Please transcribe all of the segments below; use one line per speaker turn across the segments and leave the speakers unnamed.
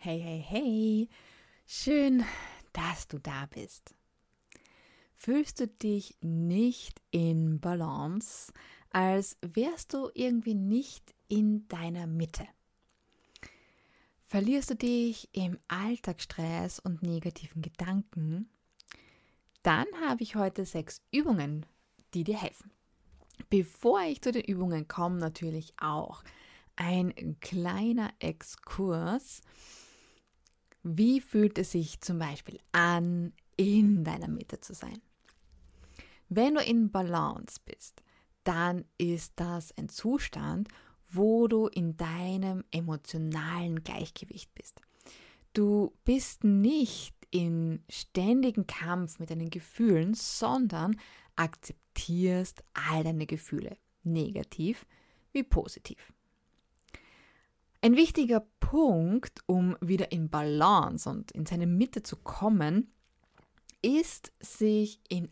Hey, hey, hey, schön, dass du da bist. Fühlst du dich nicht in Balance, als wärst du irgendwie nicht in deiner Mitte? Verlierst du dich im Alltagsstress und negativen Gedanken? Dann habe ich heute 6 Übungen, die dir helfen. Bevor ich zu den Übungen komme, natürlich auch ein kleiner Exkurs. Wie fühlt es sich zum Beispiel an, in deiner Mitte zu sein? Wenn du in Balance bist, dann ist das ein Zustand, wo du in deinem emotionalen Gleichgewicht bist. Du bist nicht in ständigen Kampf mit deinen Gefühlen, sondern akzeptierst all deine Gefühle, negativ wie positiv. Ein wichtiger Punkt, um wieder in Balance und in seine Mitte zu kommen, ist, sich in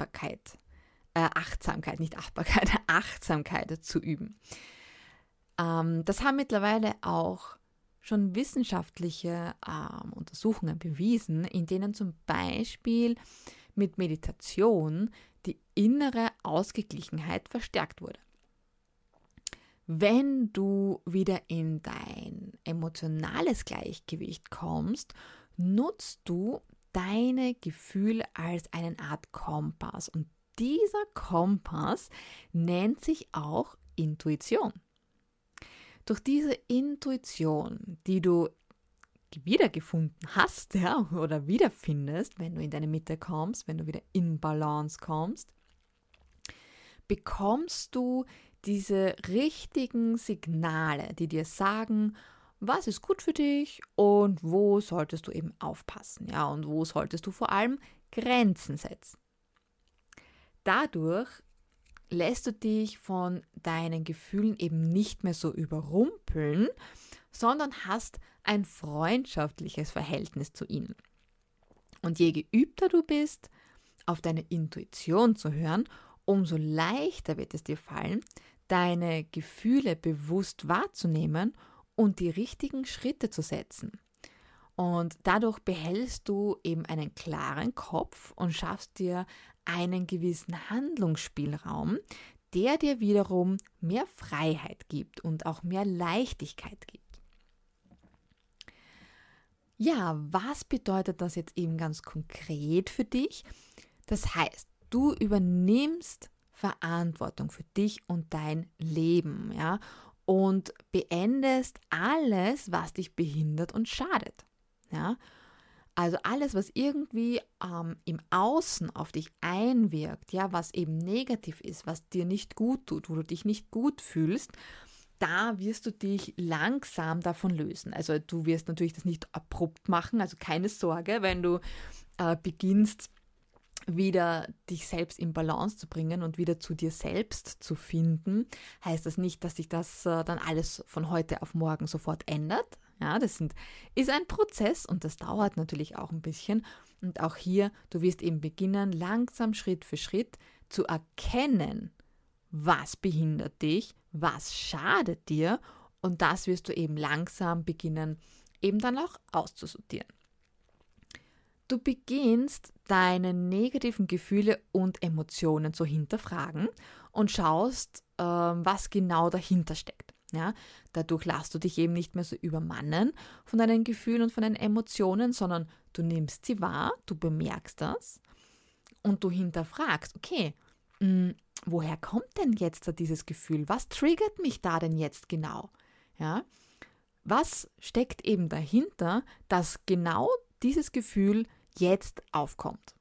Achtsamkeit zu üben. Das haben mittlerweile auch schon wissenschaftliche Untersuchungen bewiesen, in denen zum Beispiel mit Meditation die innere Ausgeglichenheit verstärkt wurde. Wenn du wieder in dein emotionales Gleichgewicht kommst, nutzt du deine Gefühle als eine Art Kompass. Und dieser Kompass nennt sich auch Intuition. Durch diese Intuition, die du wiedergefunden hast, oder wiederfindest, wenn du in deine Mitte kommst, wenn du wieder in Balance kommst, bekommst du diese richtigen Signale, die dir sagen, was ist gut für dich und wo solltest du eben aufpassen, und wo solltest du vor allem Grenzen setzen. Dadurch lässt du dich von deinen Gefühlen eben nicht mehr so überrumpeln, sondern hast ein freundschaftliches Verhältnis zu ihnen. Und je geübter du bist, auf deine Intuition zu hören, umso leichter wird es dir fallen, deine Gefühle bewusst wahrzunehmen und die richtigen Schritte zu setzen. Und dadurch behältst du eben einen klaren Kopf und schaffst dir einen gewissen Handlungsspielraum, der dir wiederum mehr Freiheit gibt und auch mehr Leichtigkeit gibt. Ja, was bedeutet das jetzt eben ganz konkret für dich? Das heißt, du übernimmst Verantwortung für dich und dein Leben, und beendest alles, was dich behindert und schadet. Also alles, was irgendwie im Außen auf dich einwirkt, was eben negativ ist, was dir nicht gut tut, wo du dich nicht gut fühlst, da wirst du dich langsam davon lösen. Also du wirst natürlich das nicht abrupt machen, also keine Sorge, wenn du beginnst, wieder dich selbst in Balance zu bringen und wieder zu dir selbst zu finden, heißt das nicht, dass sich das dann alles von heute auf morgen sofort ändert. Das ist ein Prozess und das dauert natürlich auch ein bisschen. Und auch hier, du wirst eben beginnen, langsam Schritt für Schritt zu erkennen, was behindert dich, was schadet dir, und das wirst du eben langsam beginnen, eben dann auch auszusortieren. Du beginnst, deine negativen Gefühle und Emotionen zu hinterfragen und schaust, was genau dahinter steckt. Dadurch lässt du dich eben nicht mehr so übermannen von deinen Gefühlen und von deinen Emotionen, sondern du nimmst sie wahr, du bemerkst das und du hinterfragst, okay, woher kommt denn jetzt dieses Gefühl? Was triggert mich da denn jetzt genau? Was steckt eben dahinter, dass genau dieses Gefühl jetzt aufkommt?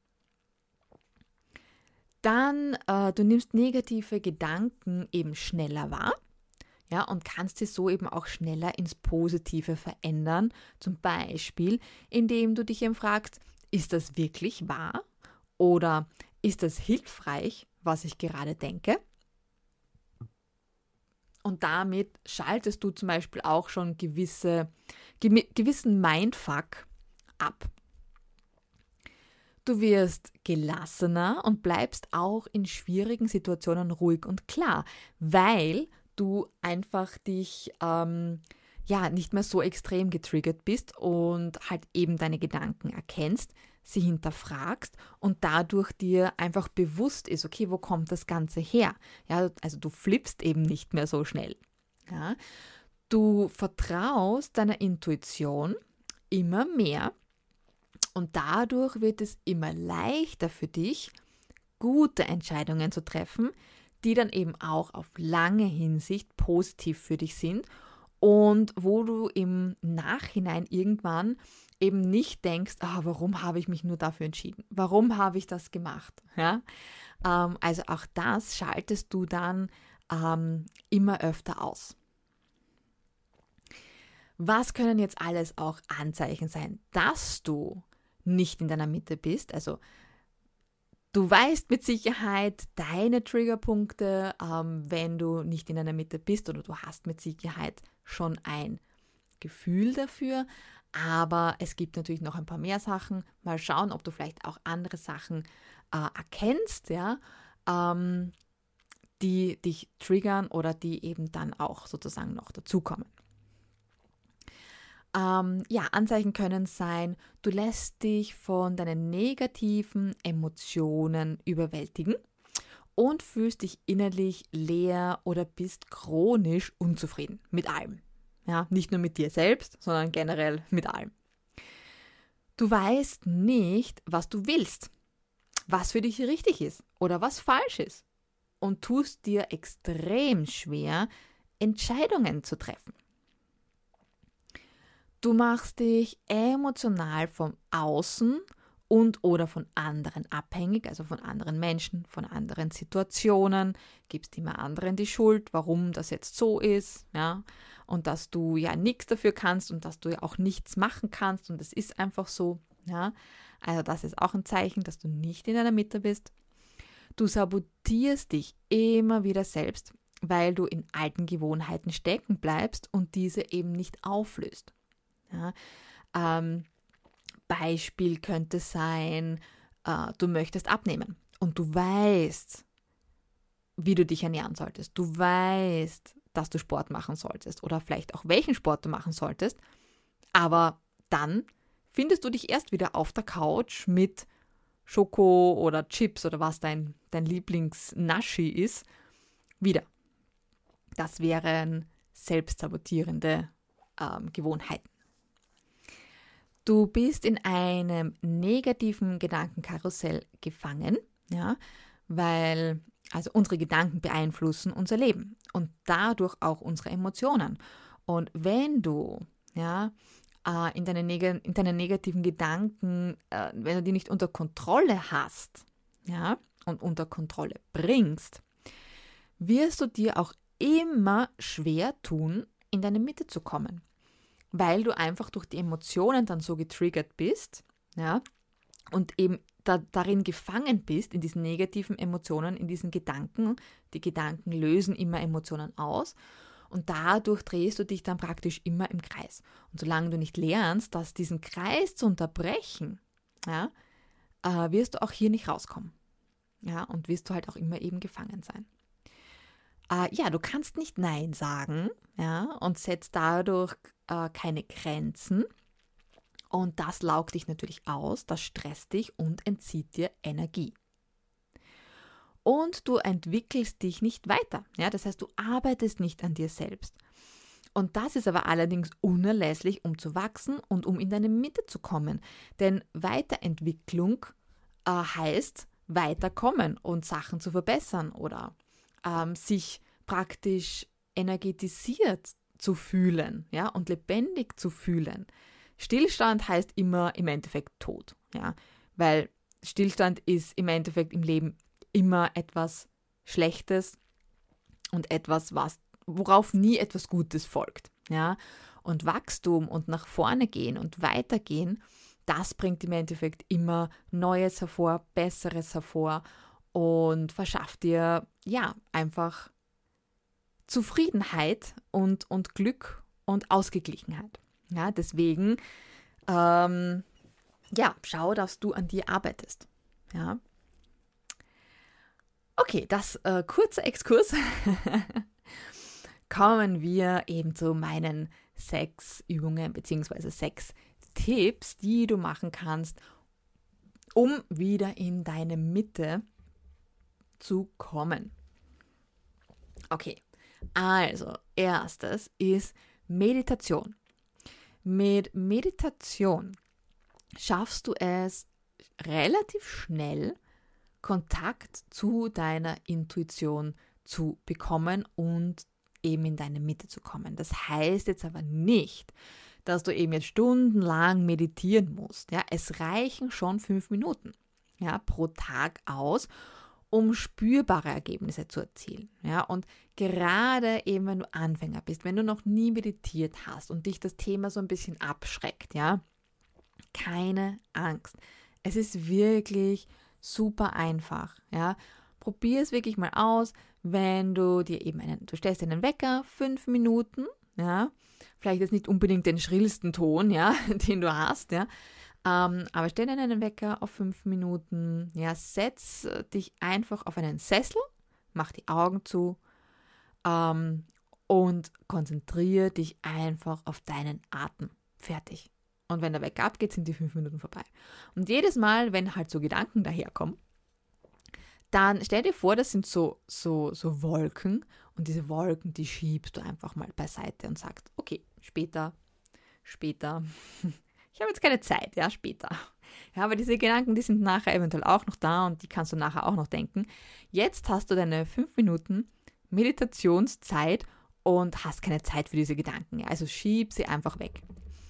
Dann, du nimmst negative Gedanken eben schneller wahr, und kannst sie so eben auch schneller ins Positive verändern. Zum Beispiel, indem du dich eben fragst, ist das wirklich wahr? Oder ist das hilfreich, was ich gerade denke? Und damit schaltest du zum Beispiel auch schon gewissen Mindfuck ab. Du wirst gelassener und bleibst auch in schwierigen Situationen ruhig und klar, weil du einfach dich nicht mehr so extrem getriggert bist und halt eben deine Gedanken erkennst, sie hinterfragst und dadurch dir einfach bewusst ist, okay, wo kommt das Ganze her? Ja, also du flippst eben nicht mehr so schnell. Ja? Du vertraust deiner Intuition immer mehr und dadurch wird es immer leichter für dich, gute Entscheidungen zu treffen, die dann eben auch auf lange Hinsicht positiv für dich sind und wo du im Nachhinein irgendwann eben nicht denkst, warum habe ich mich nur dafür entschieden? Warum habe ich das gemacht? Ja? Also auch das schaltest du dann immer öfter aus. Was können jetzt alles auch Anzeichen sein, dass du nicht in deiner Mitte bist? Also du weißt mit Sicherheit deine Triggerpunkte, wenn du nicht in deiner Mitte bist, oder du hast mit Sicherheit schon ein Gefühl dafür, aber es gibt natürlich noch ein paar mehr Sachen. Mal schauen, ob du vielleicht auch andere Sachen erkennst, ja, die dich triggern oder die eben dann auch sozusagen noch dazukommen. Anzeichen können sein, du lässt dich von deinen negativen Emotionen überwältigen und fühlst dich innerlich leer oder bist chronisch unzufrieden mit allem. Ja, nicht nur mit dir selbst, sondern generell mit allem. Du weißt nicht, was du willst, was für dich richtig ist oder was falsch ist und tust dir extrem schwer, Entscheidungen zu treffen. Du machst dich emotional vom Außen und oder von anderen abhängig, also von anderen Menschen, von anderen Situationen, gibst immer anderen die Schuld, warum das jetzt so ist, ja, und dass du ja nichts dafür kannst und dass du ja auch nichts machen kannst und es ist einfach so, ja. Also das ist auch ein Zeichen, dass du nicht in deiner Mitte bist. Du sabotierst dich immer wieder selbst, weil du in alten Gewohnheiten stecken bleibst und diese eben nicht auflöst. Ja, Beispiel könnte sein, du möchtest abnehmen und du weißt, wie du dich ernähren solltest. Du weißt, dass du Sport machen solltest oder vielleicht auch welchen Sport du machen solltest, aber dann findest du dich erst wieder auf der Couch mit Schoko oder Chips oder was dein Lieblingsnaschi ist, wieder. Das wären selbstsabotierende Gewohnheiten. Du bist in einem negativen Gedankenkarussell gefangen, ja, weil also unsere Gedanken beeinflussen unser Leben und dadurch auch unsere Emotionen. Und wenn du in deinen negativen Gedanken, wenn du die nicht unter Kontrolle hast, ja, und unter Kontrolle bringst, wirst du dir auch immer schwer tun, in deine Mitte zu kommen. Weil du einfach durch die Emotionen dann so getriggert bist, ja, und eben darin gefangen bist, in diesen negativen Emotionen, in diesen Gedanken. Die Gedanken lösen immer Emotionen aus und dadurch drehst du dich dann praktisch immer im Kreis. Und solange du nicht lernst, diesen Kreis zu unterbrechen, ja, wirst du auch hier nicht rauskommen. Ja, und wirst du halt auch immer eben gefangen sein. Du kannst nicht Nein sagen, ja, und setzt dadurch keine Grenzen. Und das laugt dich natürlich aus, das stresst dich und entzieht dir Energie. Und du entwickelst dich nicht weiter. Ja, das heißt, du arbeitest nicht an dir selbst. Und das ist aber allerdings unerlässlich, um zu wachsen und um in deine Mitte zu kommen. Denn Weiterentwicklung heißt weiterkommen und Sachen zu verbessern oder sich praktisch energetisiert zu fühlen, ja, und lebendig zu fühlen. Stillstand heißt immer im Endeffekt Tod, ja, weil Stillstand ist im Endeffekt im Leben immer etwas Schlechtes und etwas, worauf nie etwas Gutes folgt, ja. Und Wachstum und nach vorne gehen und weitergehen, das bringt im Endeffekt immer Neues hervor, Besseres hervor und verschafft dir, ja, einfach Zufriedenheit und Glück und Ausgeglichenheit. Ja, deswegen, schau, dass du an dir arbeitest. Ja. Okay, das kurzer Exkurs. Kommen wir eben zu meinen 6 Übungen bzw. 6 Tipps, die du machen kannst, um wieder in deine Mitte zu kommen. Okay, also erstes ist Meditation. Mit Meditation schaffst du es relativ schnell, Kontakt zu deiner Intuition zu bekommen und eben in deine Mitte zu kommen. Das heißt jetzt aber nicht, dass du eben jetzt stundenlang meditieren musst. Ja? Es reichen schon 5 Minuten pro Tag aus, um spürbare Ergebnisse zu erzielen. Ja? Und gerade eben, wenn du Anfänger bist, wenn du noch nie meditiert hast und dich das Thema so ein bisschen abschreckt, keine Angst. Es ist wirklich super einfach. Ja? Probier es wirklich mal aus, wenn du dir eben du stellst dir einen Wecker, 5 Minuten, vielleicht jetzt nicht unbedingt den schrillsten Ton, den du hast, aber stell dir einen Wecker auf 5 Minuten, setz dich einfach auf einen Sessel, mach die Augen zu und konzentriere dich einfach auf deinen Atem. Fertig. Und wenn der Wecker abgeht, sind die 5 Minuten vorbei. Und jedes Mal, wenn halt so Gedanken daherkommen, dann stell dir vor, das sind so Wolken und diese Wolken, die schiebst du einfach mal beiseite und sagst, okay, später, ich habe jetzt keine Zeit, später. Ja, aber diese Gedanken, die sind nachher eventuell auch noch da und die kannst du nachher auch noch denken. Jetzt hast du deine 5 Minuten Meditationszeit und hast keine Zeit für diese Gedanken. Also schieb sie einfach weg.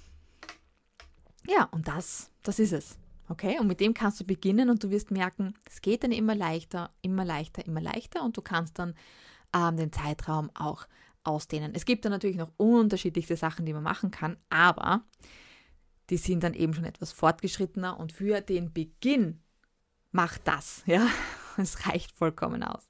Ja, und das ist es. Okay, und mit dem kannst du beginnen und du wirst merken, es geht dann immer leichter und du kannst dann den Zeitraum auch ausdehnen. Es gibt dann natürlich noch unterschiedlichste Sachen, die man machen kann, aber die sind dann eben schon etwas fortgeschrittener und für den Beginn mach das, es reicht vollkommen aus.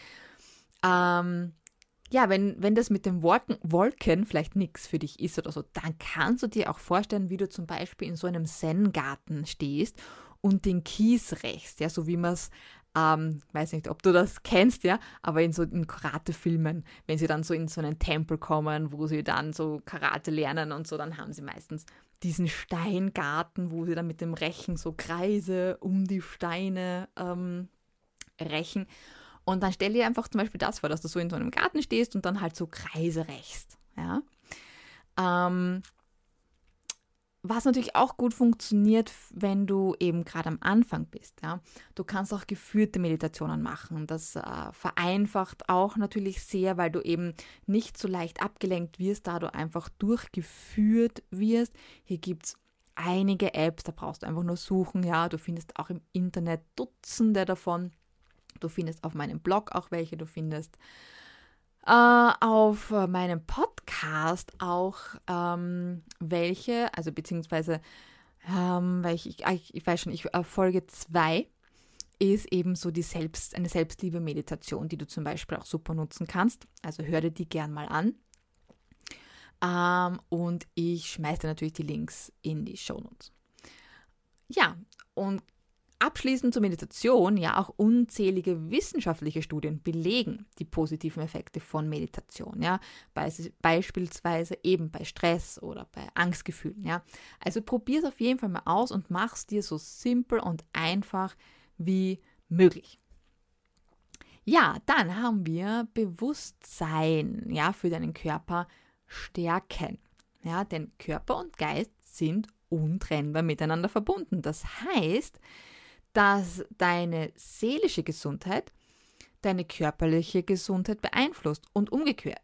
Wenn das mit den Wolken vielleicht nichts für dich ist oder so, dann kannst du dir auch vorstellen, wie du zum Beispiel in so einem Zen-Garten stehst und den Kies rächst, so wie man es, weiß nicht, ob du das kennst, aber in Karate-Filmen, wenn sie dann so in so einen Tempel kommen, wo sie dann so Karate lernen und so, dann haben sie meistens diesen Steingarten, wo sie dann mit dem Rechen so Kreise um die Steine rächen. Und dann stell dir einfach zum Beispiel das vor, dass du so in so einem Garten stehst und dann halt so Kreise rächst. Was natürlich auch gut funktioniert, wenn du eben gerade am Anfang bist. Du kannst auch geführte Meditationen machen. Das vereinfacht auch natürlich sehr, weil du eben nicht so leicht abgelenkt wirst, da du einfach durchgeführt wirst. Hier gibt es einige Apps, da brauchst du einfach nur suchen. Du findest auch im Internet Dutzende davon. Du findest auf meinem Blog auch welche, du findest auf meinem Podcast auch welche, also beziehungsweise ich weiß schon, Folge 2 ist eben so eine Selbstliebe-Meditation, die du zum Beispiel auch super nutzen kannst. Also hör dir die gern mal an. Und ich schmeiße dir natürlich die Links in die Shownotes. Ja, und abschließend zur Meditation, auch unzählige wissenschaftliche Studien belegen die positiven Effekte von Meditation, beispielsweise eben bei Stress oder bei Angstgefühlen, Also probier es auf jeden Fall mal aus und mach es dir so simpel und einfach wie möglich. Ja, dann haben wir Bewusstsein, für deinen Körper stärken, denn Körper und Geist sind untrennbar miteinander verbunden. Das heißt, dass deine seelische Gesundheit deine körperliche Gesundheit beeinflusst und umgekehrt.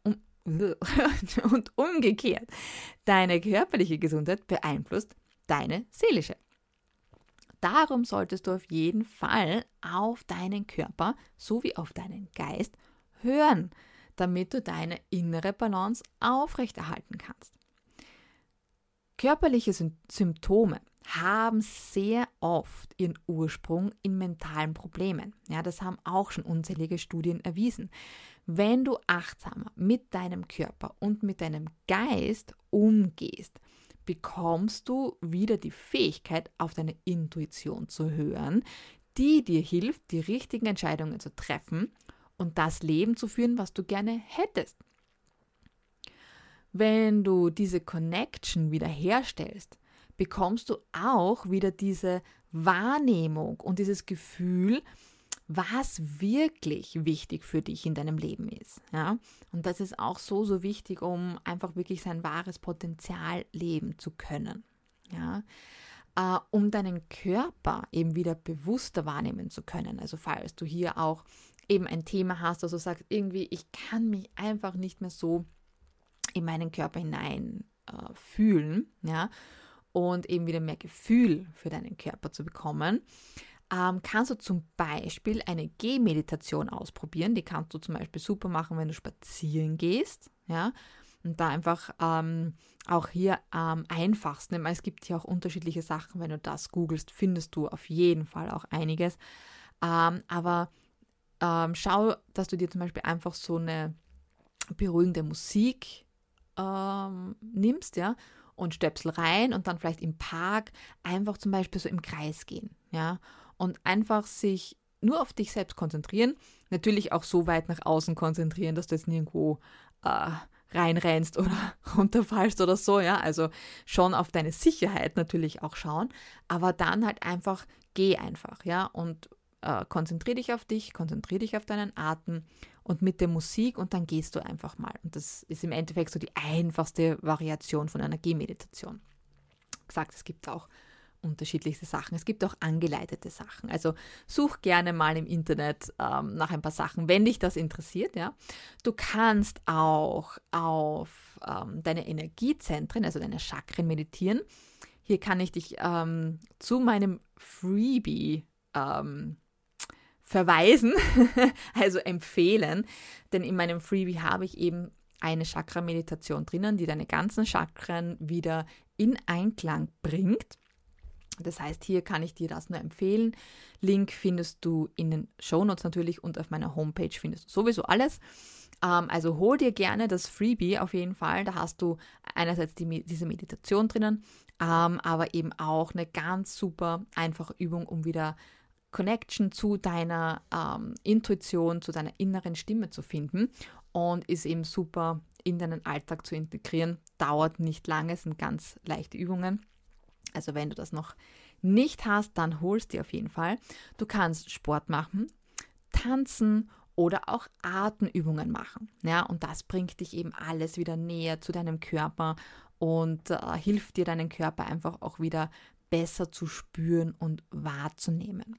Deine körperliche Gesundheit beeinflusst deine seelische. Darum solltest du auf jeden Fall auf deinen Körper sowie auf deinen Geist hören, damit du deine innere Balance aufrechterhalten kannst. Körperliche Symptome haben sehr oft ihren Ursprung in mentalen Problemen. Das haben auch schon unzählige Studien erwiesen. Wenn du achtsamer mit deinem Körper und mit deinem Geist umgehst, bekommst du wieder die Fähigkeit, auf deine Intuition zu hören, die dir hilft, die richtigen Entscheidungen zu treffen und das Leben zu führen, was du gerne hättest. wenn du diese Connection wieder herstellst, bekommst du auch wieder diese Wahrnehmung und dieses Gefühl, was wirklich wichtig für dich in deinem Leben ist. Ja? Und das ist auch so wichtig, um einfach wirklich sein wahres Potenzial leben zu können. Ja? Um deinen Körper eben wieder bewusster wahrnehmen zu können. Also falls du hier auch eben ein Thema hast, also sagst, irgendwie, ich kann mich einfach nicht mehr so in meinen Körper hinein fühlen, ja, und eben wieder mehr Gefühl für deinen Körper zu bekommen, kannst du zum Beispiel eine Gehmeditation ausprobieren. Die kannst du zum Beispiel super machen, wenn du spazieren gehst, ja, und da einfach auch hier am einfachsten, es gibt hier auch unterschiedliche Sachen, wenn du das googelst, findest du auf jeden Fall auch einiges, aber schau, dass du dir zum Beispiel einfach so eine beruhigende Musik nimmst, ja, und Stöpsel rein und dann vielleicht im Park einfach zum Beispiel so im Kreis gehen, ja, und einfach sich nur auf dich selbst konzentrieren, natürlich auch so weit nach außen konzentrieren, dass du jetzt nirgendwo reinrennst oder runterfallst oder so, ja, also schon auf deine Sicherheit natürlich auch schauen, aber dann halt einfach, geh einfach, ja, und konzentrier dich auf dich, konzentrier dich auf deinen Atem und mit der Musik und dann gehst du einfach mal. Und das ist im Endeffekt so die einfachste Variation von einer Gehmeditation. Wie gesagt, es gibt auch unterschiedlichste Sachen. Es gibt auch angeleitete Sachen. Also such gerne mal im Internet nach ein paar Sachen, wenn dich das interessiert. Ja. Du kannst auch auf deine Energiezentren, also deine Chakren meditieren. Hier kann ich dich zu meinem Freebie verweisen, also empfehlen, denn in meinem Freebie habe ich eben eine Chakra-Meditation drinnen, die deine ganzen Chakren wieder in Einklang bringt. Das heißt, hier kann ich dir das nur empfehlen. Link findest du in den Shownotes natürlich und auf meiner Homepage findest du sowieso alles. Also hol dir gerne das Freebie auf jeden Fall. Da hast du einerseits diese Meditation drinnen, aber eben auch eine ganz super einfache Übung, um wieder Connection zu deiner Intuition, zu deiner inneren Stimme zu finden und ist eben super in deinen Alltag zu integrieren. Dauert nicht lange, sind ganz leichte Übungen. Also wenn du das noch nicht hast, dann holst dir auf jeden Fall. Du kannst Sport machen, tanzen oder auch Atemübungen machen. Ja, und das bringt dich eben alles wieder näher zu deinem Körper und hilft dir, deinen Körper einfach auch wieder besser zu spüren und wahrzunehmen.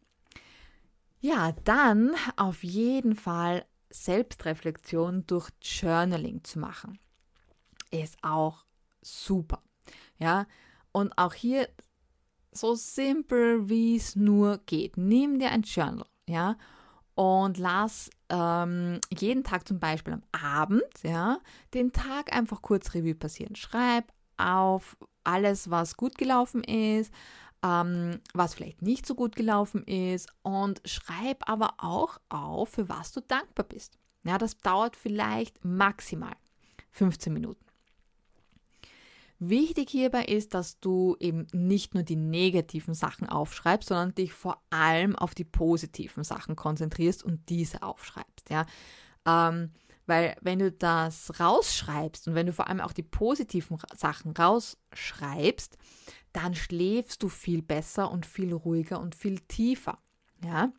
Ja, dann auf jeden Fall Selbstreflexion durch Journaling zu machen. Ist auch super. Ja, und auch hier so simpel, wie es nur geht. Nimm dir ein Journal, ja, und lass jeden Tag zum Beispiel am Abend, ja, den Tag einfach kurz Revue passieren. Schreib auf alles, was gut gelaufen ist, was vielleicht nicht so gut gelaufen ist und schreib aber auch auf, für was du dankbar bist. Ja, das dauert vielleicht maximal 15 Minuten. Wichtig hierbei ist, dass du eben nicht nur die negativen Sachen aufschreibst, sondern dich vor allem auf die positiven Sachen konzentrierst und diese aufschreibst. Ja? Weil wenn du das rausschreibst und wenn du vor allem auch die positiven Sachen rausschreibst, dann schläfst du viel besser und viel ruhiger und viel tiefer. Ja?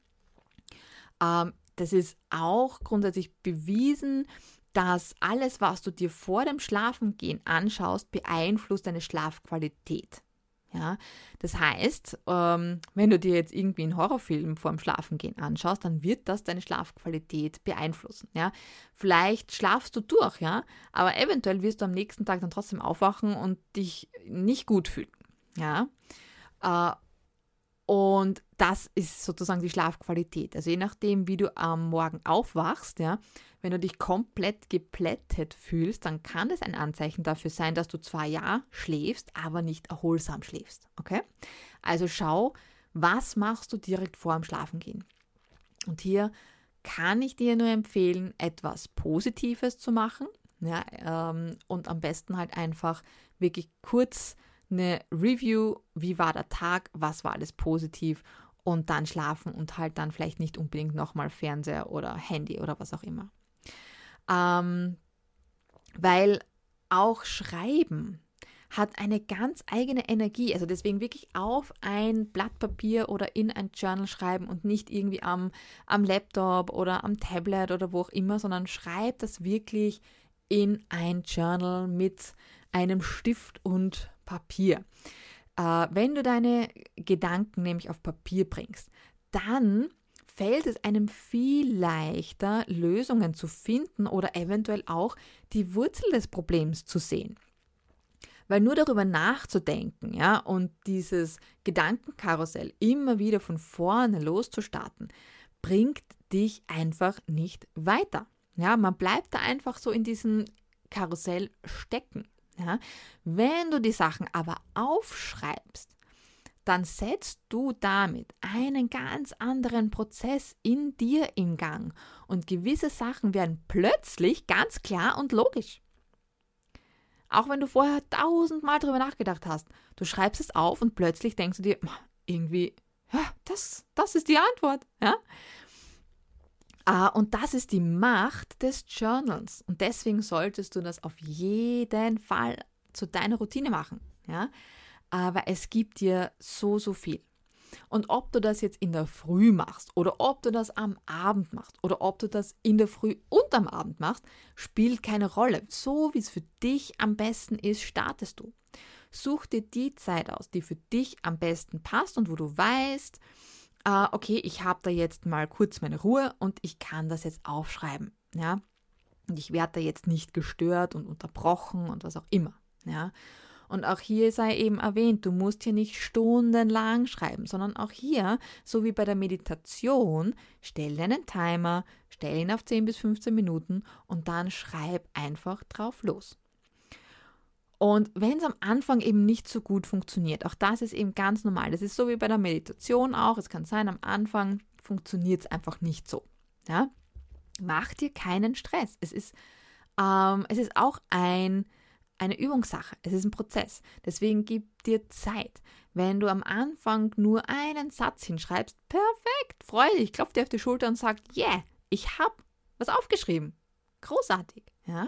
Das ist auch grundsätzlich bewiesen, dass alles, was du dir vor dem Schlafengehen anschaust, beeinflusst deine Schlafqualität. Ja? Das heißt, wenn du dir jetzt irgendwie einen Horrorfilm vor dem Schlafengehen anschaust, dann wird das deine Schlafqualität beeinflussen. Ja? Vielleicht schlafst du durch, ja? Aber eventuell wirst du am nächsten Tag dann trotzdem aufwachen und dich nicht gut fühlen. Ja? Und das ist sozusagen die Schlafqualität. Also je nachdem, wie du am Morgen aufwachst, ja, wenn du dich komplett geplättet fühlst, dann kann das ein Anzeichen dafür sein, dass du zwar ja schläfst, aber nicht erholsam schläfst. Okay? Also schau, was machst du direkt vor dem Schlafengehen? Und hier kann ich dir nur empfehlen, etwas Positives zu machen. Ja, und am besten halt einfach wirklich kurz eine Review, wie war der Tag, was war alles positiv und dann schlafen und halt dann vielleicht nicht unbedingt nochmal Fernseher oder Handy oder was auch immer. Weil auch Schreiben hat eine ganz eigene Energie. Also deswegen wirklich auf ein Blatt Papier oder in ein Journal schreiben und nicht irgendwie am Laptop oder am Tablet oder wo auch immer, sondern schreib das wirklich in ein Journal mit einem Stift und Papier. Wenn du deine Gedanken nämlich auf Papier bringst, dann fällt es einem viel leichter, Lösungen zu finden oder eventuell auch die Wurzel des Problems zu sehen. Weil nur darüber nachzudenken, ja, und dieses Gedankenkarussell immer wieder von vorne loszustarten, bringt dich einfach nicht weiter. Ja, man bleibt da einfach so in diesem Karussell stecken. Ja. Wenn du die Sachen aber aufschreibst, dann setzt du damit einen ganz anderen Prozess in dir in Gang und gewisse Sachen werden plötzlich ganz klar und logisch. Auch wenn du vorher 1000-mal drüber nachgedacht hast, du schreibst es auf und plötzlich denkst du dir, irgendwie, ja, das ist die Antwort. Ja? Und das ist die Macht des Journals. Und deswegen solltest du das auf jeden Fall zu deiner Routine machen. Ja? Aber es gibt dir so viel. Und ob du das jetzt in der Früh machst oder ob du das am Abend machst oder ob du das in der Früh und am Abend machst, spielt keine Rolle. So wie es für dich am besten ist, startest du. Such dir die Zeit aus, die für dich am besten passt und wo du weißt, okay, ich habe da jetzt mal kurz meine Ruhe und ich kann das jetzt aufschreiben. Ja? Und ich werde da jetzt nicht gestört und unterbrochen und was auch immer. Ja? Und auch hier sei eben erwähnt, du musst hier nicht stundenlang schreiben, sondern auch hier, so wie bei der Meditation, stell dir einen Timer, stell ihn auf 10 bis 15 Minuten und dann schreib einfach drauf los. Und wenn es am Anfang eben nicht so gut funktioniert, auch das ist eben ganz normal. Das ist so wie bei der Meditation auch. Es kann sein, am Anfang funktioniert es einfach nicht so. Ja? Mach dir keinen Stress. Es ist auch eine Übungssache, es ist ein Prozess. Deswegen gib dir Zeit. Wenn du am Anfang nur einen Satz hinschreibst, perfekt, freu dich, klopf dir auf die Schulter und sag, yeah, ich habe was aufgeschrieben. Großartig. Ja?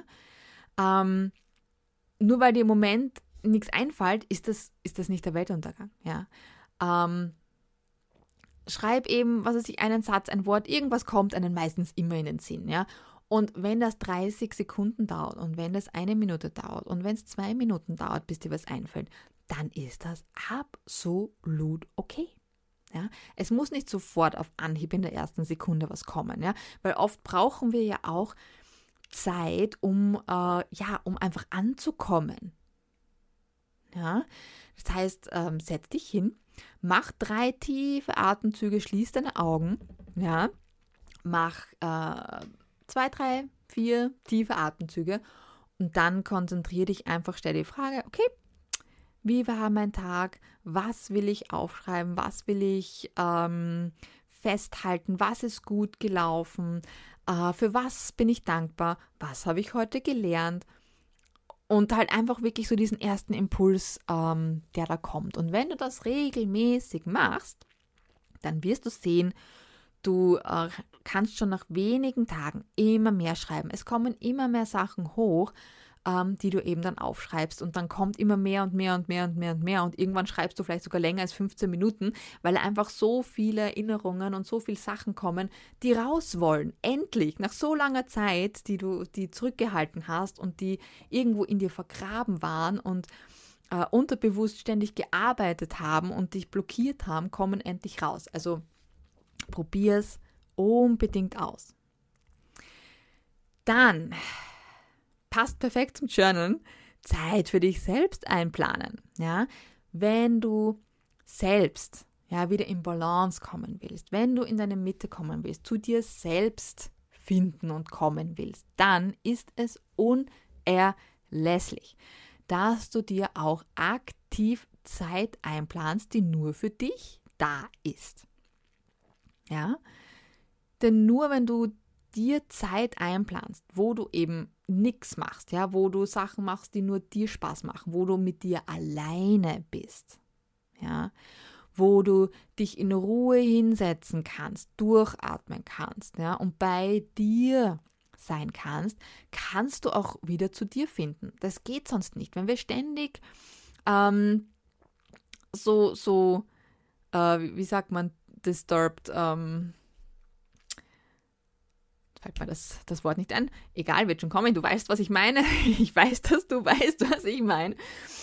Nur weil dir im Moment nichts einfällt, ist das nicht der Weltuntergang. Ja? Schreib eben, was weiß ich, einen Satz, ein Wort, irgendwas kommt einem meistens immer in den Sinn. Ja? Und wenn das 30 Sekunden dauert und wenn das 1 Minute dauert und wenn es 2 Minuten dauert, bis dir was einfällt, dann ist das absolut okay. Ja? Es muss nicht sofort auf Anhieb in der ersten Sekunde was kommen, ja? Weil oft brauchen wir ja auch Zeit, um einfach anzukommen. Ja? Das heißt, setz dich hin, mach 3 tiefe Atemzüge, schließ deine Augen, ja? Mach 2, 3, 4 tiefe Atemzüge und dann konzentriere dich einfach, stell dir die Frage, okay, wie war mein Tag, was will ich aufschreiben, was will ich festhalten, was ist gut gelaufen, für was bin ich dankbar, was habe ich heute gelernt und halt einfach wirklich so diesen ersten Impuls, der da kommt. Und wenn du das regelmäßig machst, dann wirst du sehen, du kannst schon nach wenigen Tagen immer mehr schreiben. Es kommen immer mehr Sachen hoch, die du eben dann aufschreibst und dann kommt immer mehr und mehr und mehr und mehr und mehr und irgendwann schreibst du vielleicht sogar länger als 15 Minuten, weil einfach so viele Erinnerungen und so viele Sachen kommen, die raus wollen. Endlich, nach so langer Zeit, die zurückgehalten hast und die irgendwo in dir vergraben waren und unterbewusst ständig gearbeitet haben und dich blockiert haben, kommen endlich raus. Also probier es unbedingt aus. Dann passt perfekt zum Journalen, Zeit für dich selbst einplanen. Ja? Wenn du selbst wieder in Balance kommen willst, wenn du in deine Mitte kommen willst, zu dir selbst finden und kommen willst, dann ist es unerlässlich, dass du dir auch aktiv Zeit einplanst, die nur für dich da ist. Ja? Denn nur wenn du dir Zeit einplanst, wo du eben nichts machst, ja, wo du Sachen machst, die nur dir Spaß machen, wo du mit dir alleine bist, ja, wo du dich in Ruhe hinsetzen kannst, durchatmen kannst, ja, und bei dir sein kannst, kannst du auch wieder zu dir finden. Das geht sonst nicht. Wenn wir ständig wie sagt man, disturbed, fällt mir das Wort nicht ein. Egal, wird schon kommen. Du weißt, was ich meine. Ich weiß, dass du weißt, was ich meine.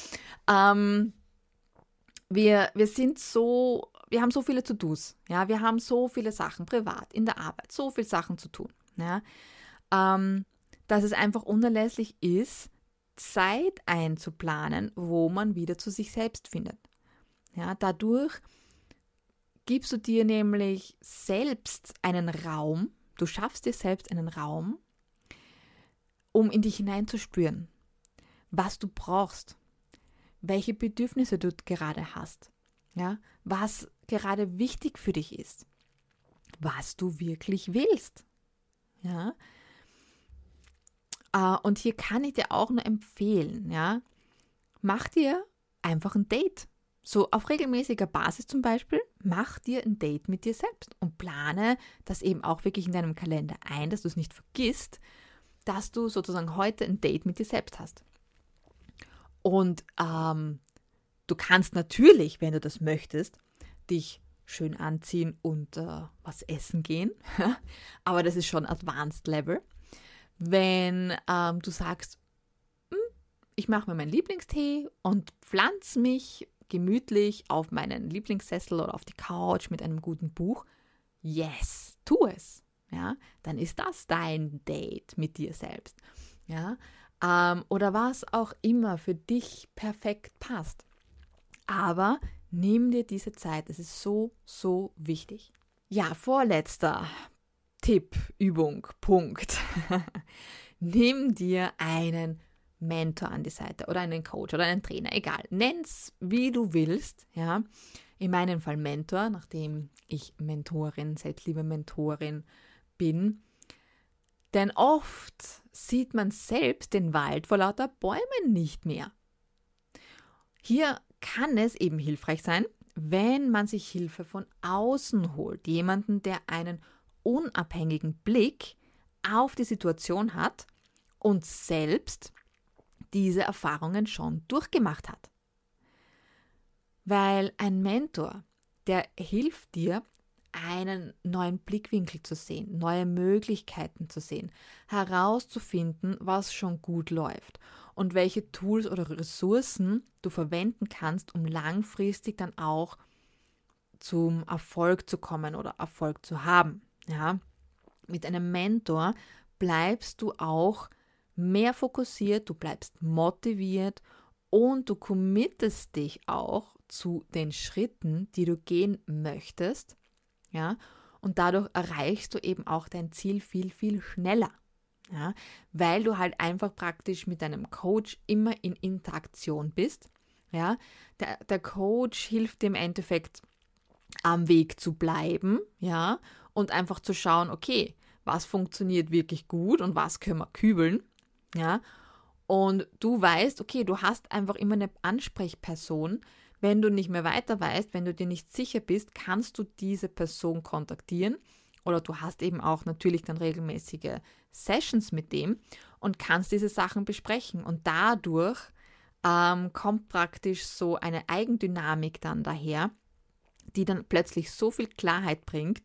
Wir haben so viele To-Dos. Ja? Wir haben so viele Sachen privat, in der Arbeit, so viele Sachen zu tun. Ja? Dass es einfach unerlässlich ist, Zeit einzuplanen, wo man wieder zu sich selbst findet. Ja? Dadurch gibst du dir nämlich selbst einen Raum, du schaffst dir selbst einen Raum, um in dich hineinzuspüren, was du brauchst, welche Bedürfnisse du gerade hast, ja, was gerade wichtig für dich ist, was du wirklich willst. Ja. Und hier kann ich dir auch nur empfehlen, ja, mach dir einfach ein Date. So auf regelmäßiger Basis zum Beispiel, mach dir ein Date mit dir selbst und plane das eben auch wirklich in deinem Kalender ein, dass du es nicht vergisst, dass du sozusagen heute ein Date mit dir selbst hast. Und du kannst natürlich, wenn du das möchtest, dich schön anziehen und was essen gehen, aber das ist schon Advanced Level. Wenn du sagst, ich mache mir meinen Lieblingstee und pflanze mich gemütlich auf meinen Lieblingssessel oder auf die Couch mit einem guten Buch, yes, tu es. Ja, dann ist das dein Date mit dir selbst. Ja, oder was auch immer für dich perfekt passt. Aber nimm dir diese Zeit, es ist so, so wichtig. Ja, vorletzter Tipp, Übung, Punkt. Nimm dir einen Mentor an die Seite oder einen Coach oder einen Trainer, egal. Nenn's, wie du willst. Ja. In meinem Fall Mentor, nachdem ich Mentorin, Selbstliebe-Mentorin bin. Denn oft sieht man selbst den Wald vor lauter Bäumen nicht mehr. Hier kann es eben hilfreich sein, wenn man sich Hilfe von außen holt. Jemanden, der einen unabhängigen Blick auf die Situation hat und selbst diese Erfahrungen schon durchgemacht hat. Weil ein Mentor, der hilft dir, einen neuen Blickwinkel zu sehen, neue Möglichkeiten zu sehen, herauszufinden, was schon gut läuft und welche Tools oder Ressourcen du verwenden kannst, um langfristig dann auch zum Erfolg zu kommen oder Erfolg zu haben. Ja? Mit einem Mentor bleibst du auch mehr fokussiert, du bleibst motiviert und du committest dich auch zu den Schritten, die du gehen möchtest, ja, und dadurch erreichst du eben auch dein Ziel viel, viel schneller, ja, weil du halt einfach praktisch mit deinem Coach immer in Interaktion bist, ja, der Coach hilft dir im Endeffekt am Weg zu bleiben, ja, und einfach zu schauen, okay, was funktioniert wirklich gut und was können wir kübeln, ja, und du weißt, okay, du hast einfach immer eine Ansprechperson. Wenn du nicht mehr weiter weißt, wenn du dir nicht sicher bist, kannst du diese Person kontaktieren oder du hast eben auch natürlich dann regelmäßige Sessions mit dem und kannst diese Sachen besprechen und dadurch kommt praktisch so eine Eigendynamik dann daher, die dann plötzlich so viel Klarheit bringt,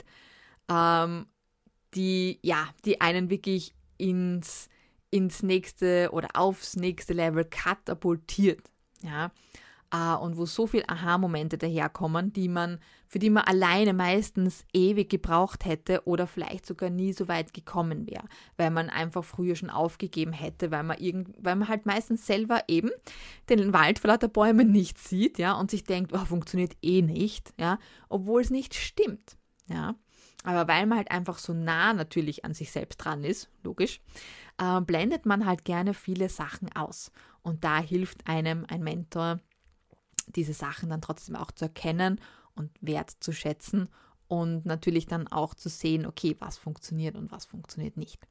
die einen wirklich ins nächste oder aufs nächste Level katapultiert, ja, und wo so viele Aha-Momente daherkommen, für die man alleine meistens ewig gebraucht hätte oder vielleicht sogar nie so weit gekommen wäre, weil man einfach früher schon aufgegeben hätte, weil man halt meistens selber eben den Wald vor lauter Bäumen nicht sieht, ja, und sich denkt, oh, funktioniert eh nicht, ja, obwohl es nicht stimmt, ja. Aber weil man halt einfach so nah natürlich an sich selbst dran ist, logisch, blendet man halt gerne viele Sachen aus. Und da hilft einem ein Mentor, diese Sachen dann trotzdem auch zu erkennen und wertzuschätzen und natürlich dann auch zu sehen, okay, was funktioniert und was funktioniert nicht.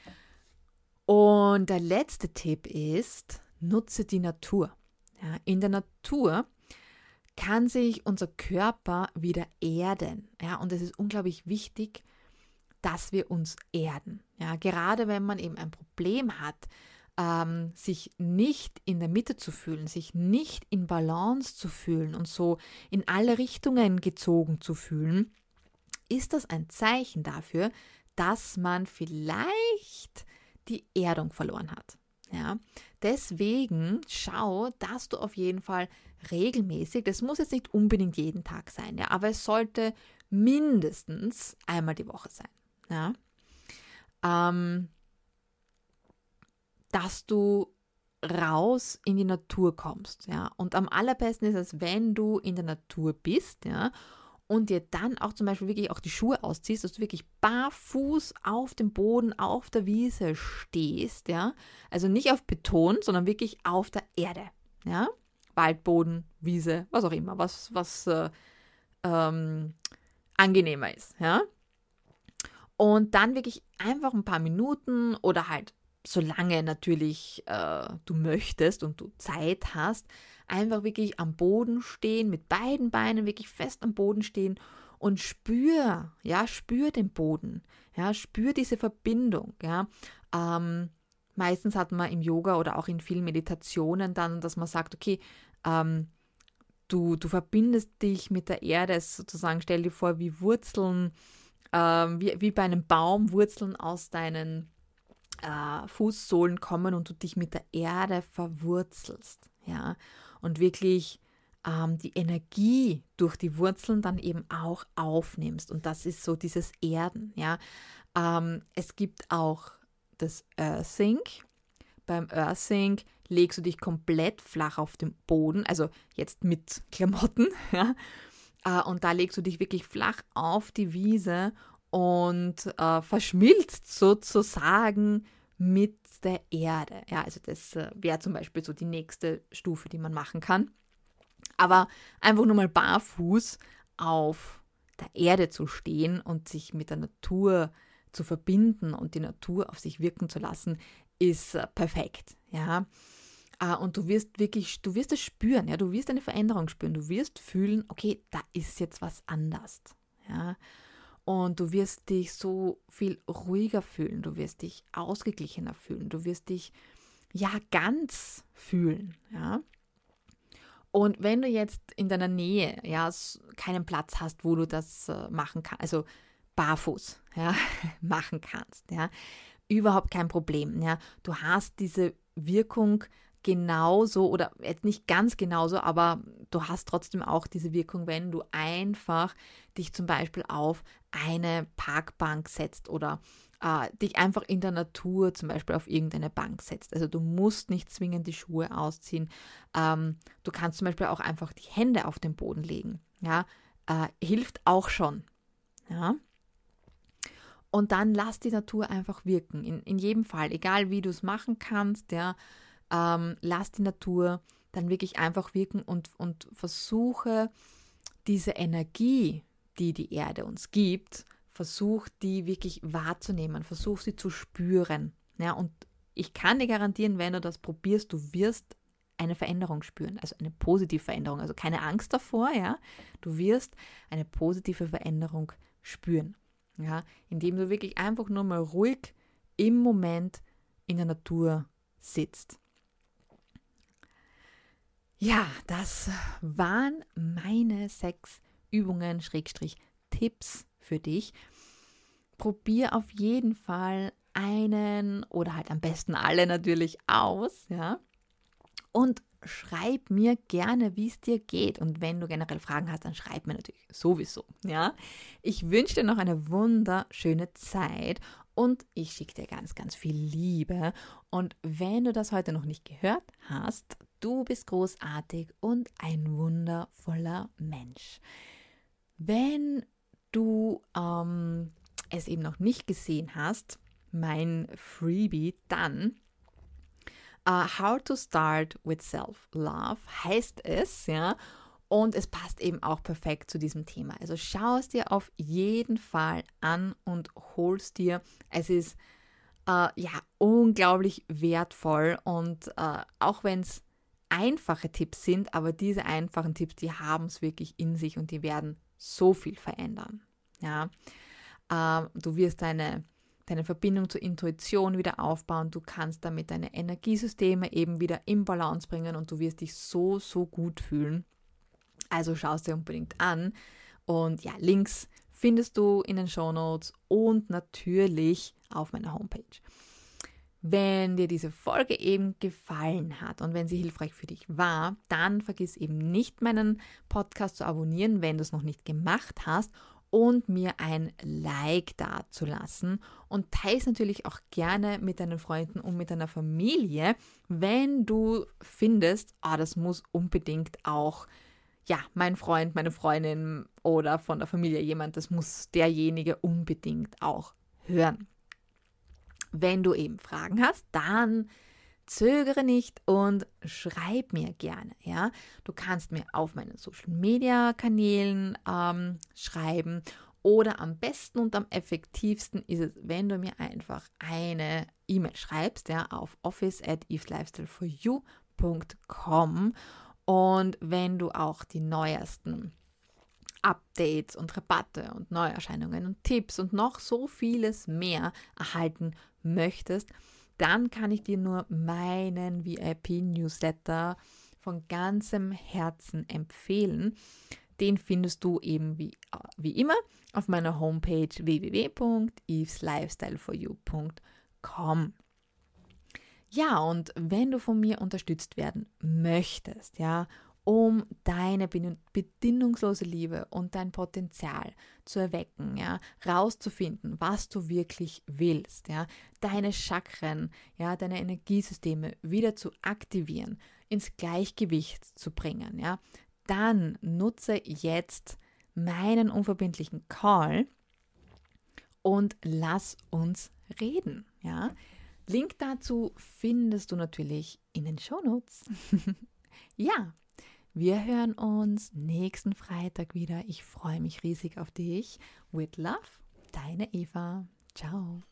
Und der letzte Tipp ist, nutze die Natur. Ja, in der Natur kann sich unser Körper wieder erden. Ja, und es ist unglaublich wichtig, dass wir uns erden. Ja, gerade wenn man eben ein Problem hat, sich nicht in der Mitte zu fühlen, sich nicht in Balance zu fühlen und so in alle Richtungen gezogen zu fühlen, ist das ein Zeichen dafür, dass man vielleicht die Erdung verloren hat. Ja, deswegen schau, dass du auf jeden Fall regelmäßig, das muss jetzt nicht unbedingt jeden Tag sein, ja, aber es sollte mindestens einmal die Woche sein. Ja, dass du raus in die Natur kommst. Ja, und am allerbesten ist es, wenn du in der Natur bist, ja, und dir dann auch zum Beispiel wirklich auch die Schuhe ausziehst, dass du wirklich barfuß auf dem Boden, auf der Wiese stehst, ja. Also nicht auf Beton, sondern wirklich auf der Erde, ja. Waldboden, Wiese, was auch immer, was angenehmer ist, ja. Und dann wirklich einfach ein paar Minuten oder halt solange natürlich du möchtest und du Zeit hast, einfach wirklich am Boden stehen, mit beiden Beinen wirklich fest am Boden stehen und spür den Boden, ja, spür diese Verbindung, ja. Meistens hat man im Yoga oder auch in vielen Meditationen dann, dass man sagt, okay, du verbindest dich mit der Erde, sozusagen, stell dir vor, wie Wurzeln, wie bei einem Baum Wurzeln aus deinen Fußsohlen kommen und du dich mit der Erde verwurzelst, ja, und wirklich die Energie durch die Wurzeln dann eben auch aufnimmst, und das ist so dieses Erden, ja. Es gibt auch das Earthing. Beim Earthing legst du dich komplett flach auf den Boden, also jetzt mit Klamotten, ja, und da legst du dich wirklich flach auf die Wiese und verschmilzt sozusagen mit der Erde. Ja, also das wäre zum Beispiel so die nächste Stufe, die man machen kann. Aber einfach nur mal barfuß auf der Erde zu stehen und sich mit der Natur zu verbinden und die Natur auf sich wirken zu lassen, ist perfekt. Ja. Und du wirst es spüren, ja, du wirst eine Veränderung spüren, du wirst fühlen, okay, da ist jetzt was anders. Ja. Und du wirst dich so viel ruhiger fühlen, du wirst dich ausgeglichener fühlen, du wirst dich ja ganz fühlen, ja. Und wenn du jetzt in deiner Nähe ja keinen Platz hast, wo du das machen kannst, also barfuß, ja, machen kannst, ja, überhaupt kein Problem, ja. Du hast diese Wirkung genauso, oder jetzt nicht ganz genauso, aber du hast trotzdem auch diese Wirkung, wenn du einfach dich zum Beispiel auf eine Parkbank setzt oder dich einfach in der Natur zum Beispiel auf irgendeine Bank setzt. Also du musst nicht zwingend die Schuhe ausziehen. Du kannst zum Beispiel auch einfach die Hände auf den Boden legen. Ja, hilft auch schon. Ja. Und dann lass die Natur einfach wirken. In jedem Fall, egal wie du es machen kannst, ja, lass die Natur dann wirklich einfach wirken und versuche diese Energie, die die Erde uns gibt, versuch die wirklich wahrzunehmen, versuch sie zu spüren. Ja, und ich kann dir garantieren, wenn du das probierst, du wirst eine Veränderung spüren, also eine positive Veränderung, also keine Angst davor, ja, du wirst eine positive Veränderung spüren, ja, indem du wirklich einfach nur mal ruhig im Moment in der Natur sitzt. Ja, das waren meine 6 Übungen, Tipps für dich. Probier auf jeden Fall einen oder halt am besten alle natürlich aus, ja. Und schreib mir gerne, wie es dir geht. Und wenn du generell Fragen hast, dann schreib mir natürlich sowieso, ja. Ich wünsche dir noch eine wunderschöne Zeit und ich schicke dir ganz, ganz viel Liebe. Und wenn du das heute noch nicht gehört hast, du bist großartig und ein wundervoller Mensch. Wenn du es eben noch nicht gesehen hast, mein Freebie, dann How to Start with Self-Love heißt es, ja, und es passt eben auch perfekt zu diesem Thema. Also schau es dir auf jeden Fall an und hol es dir. Es ist unglaublich wertvoll und auch wenn es einfache Tipps sind, aber diese einfachen Tipps, die haben es wirklich in sich und die werden so viel verändern. Ja. Du wirst deine Verbindung zur Intuition wieder aufbauen. Du kannst damit deine Energiesysteme eben wieder in Balance bringen und du wirst dich so, so gut fühlen. Also schau es dir unbedingt an. Und ja, Links findest du in den Shownotes und natürlich auf meiner Homepage. Wenn dir diese Folge eben gefallen hat und wenn sie hilfreich für dich war, dann vergiss eben nicht, meinen Podcast zu abonnieren, wenn du es noch nicht gemacht hast, und mir ein Like da zu lassen und teils natürlich auch gerne mit deinen Freunden und mit deiner Familie, wenn du findest, das muss unbedingt auch mein Freund, meine Freundin oder von der Familie jemand, das muss derjenige unbedingt auch hören. Wenn du eben Fragen hast, dann zögere nicht und schreib mir gerne. Ja? Du kannst mir auf meinen Social-Media-Kanälen schreiben oder am besten und am effektivsten ist es, wenn du mir einfach eine E-Mail schreibst, auf office@evesLifestyleforyou.com, und wenn du auch die neuesten Updates und Rabatte und Neuerscheinungen und Tipps und noch so vieles mehr erhalten möchtest, dann kann ich dir nur meinen VIP-Newsletter von ganzem Herzen empfehlen. Den findest du eben wie immer auf meiner Homepage www.eveslifestyleforyou.com. Ja, und wenn du von mir unterstützt werden möchtest, um deine bedingungslose Liebe und dein Potenzial zu erwecken, rauszufinden, was du wirklich willst, deine Chakren, deine Energiesysteme wieder zu aktivieren, ins Gleichgewicht zu bringen, dann nutze jetzt meinen unverbindlichen Call und lass uns reden, Link dazu findest du natürlich in den Shownotes. Ja, wir hören uns nächsten Freitag wieder. Ich freue mich riesig auf dich. With love, deine Eva. Ciao.